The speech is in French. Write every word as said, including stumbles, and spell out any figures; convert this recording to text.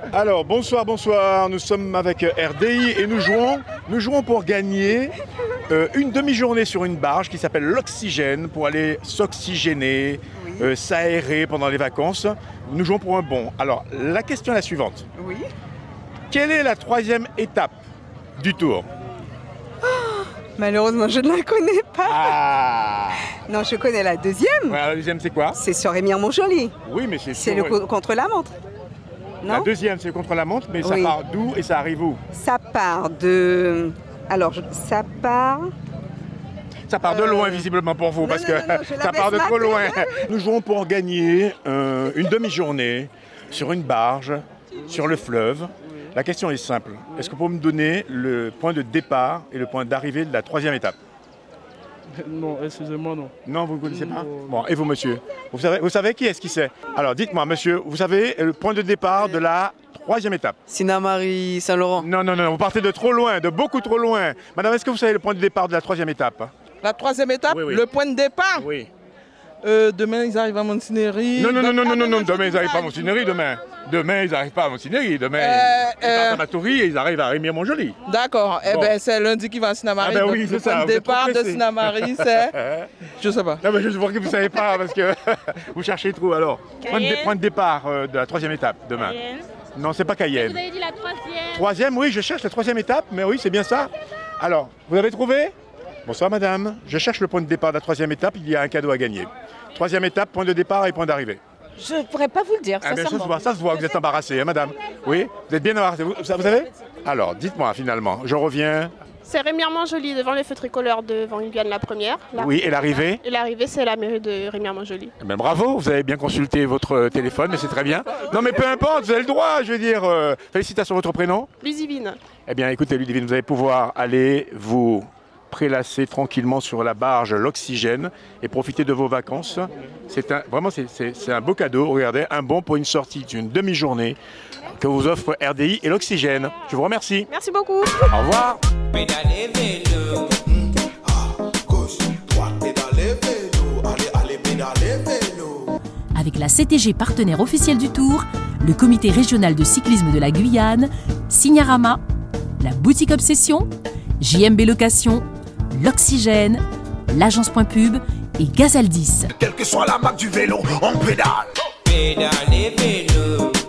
Alors, bonsoir, bonsoir. Nous sommes avec R D I et nous jouons, nous jouons pour gagner euh, une demi-journée sur une barge qui s'appelle l'Oxygène pour aller s'oxygéner, oui. euh, s'aérer pendant les vacances. Nous jouons pour un bon. Alors, la question est la suivante. Oui. Quelle est la troisième étape du tour? Oh, malheureusement, je ne la connais pas. Ah. Non, je connais la deuxième. Ouais, la deuxième, c'est quoi? C'est sur Rémire-Montjoly. Oui, mais c'est C'est sur... le co- contre-la-montre. Non? La deuxième, c'est contre la montre, mais ça oui. part d'où et ça arrive où? Ça part de... Alors, je... ça part... Ça part de loin, euh... visiblement, pour vous, non, parce non, que non, non, ça part de trop loin. Nous jouons pour gagner euh, une demi-journée sur une barge, sur le fleuve. La question est simple. Est-ce que vous pouvez me donner le point de départ et le point d'arrivée de la troisième étape? Non, excusez-moi, non. Non, vous ne connaissez pas? Non. Bon, et vous, monsieur? Vous savez, vous savez qui est-ce qui sait? Alors, dites-moi, monsieur, vous savez le point de départ de la troisième étape? Sina-Marie Saint-Laurent. Non, non, non, vous partez de trop loin, de beaucoup trop loin. Madame, est-ce que vous savez le point de départ de la troisième étape? La troisième étape, oui, oui. Le point de départ? Oui. Euh, demain, ils arrivent à Montinéry. Non, non, non, non, non, non, non, demain, ils n'arrivent pas à Montinéry, demain. Demain, ils n'arrivent pas à Montinéry. Demain, euh, ils euh... partent à Matoury et ils arrivent à Rémier-Montjoly. D'accord. Eh bon. ben, c'est lundi qu'ils vont à Sina-Marie. Ah ben oui, c'est le ça. point de départ de Sina-Marie, c'est... Je sais pas. Non, mais je vois que vous ne savez pas parce que vous cherchez trop. Alors, point de, point de départ euh, de la troisième étape, demain. Cayenne. Non, c'est pas Cayenne. Vous avez dit la troisième. Troisième, oui, je cherche la troisième étape, mais oui, c'est bien ça. Alors, vous avez trouvé? Bonsoir, madame. Je cherche le point de départ de la troisième étape. Il y a un cadeau à gagner. Troisième étape, point de départ et point d'arrivée. Je ne pourrais pas vous le dire, ah ben, ça, se voit, ça se voit, vous êtes embarrassée, hein, madame. Oui, vous êtes bien embarrassée. Vous, vous savez? Alors, dites-moi finalement, je reviens. C'est Rémière-Montjoly, devant les feux tricolores devant Guyane la première. Là. Oui, et l'arrivée? Et l'arrivée, c'est la mairie de Rémière-Montjoly. Eh ben, bravo, vous avez bien consulté votre téléphone, mais c'est très bien. Non, mais peu importe, vous avez le droit, je veux dire. Euh, félicitations, votre prénom? Ludivine. Eh bien, écoutez, Ludivine, vous allez pouvoir aller vous prélasser tranquillement sur la barge l'Oxygène et profiter de vos vacances. C'est un, vraiment, c'est, c'est, c'est un beau cadeau. Regardez, un bon pour une sortie d'une demi-journée que vous offre R D I et l'Oxygène. Je vous remercie. Merci beaucoup. Au revoir. Pédalez vélo, à gauche, droite, pédalez vélo, allez, allez, pédalez vélo. Avec la C T G partenaire officielle du Tour, le comité régional de cyclisme de la Guyane, Signarama, la boutique Obsession, J M B Location, l'Oxygène, l'agence Point Pub et Gazaldis. Quelle que soit la marque du vélo, on pédale. Pédalez vélo.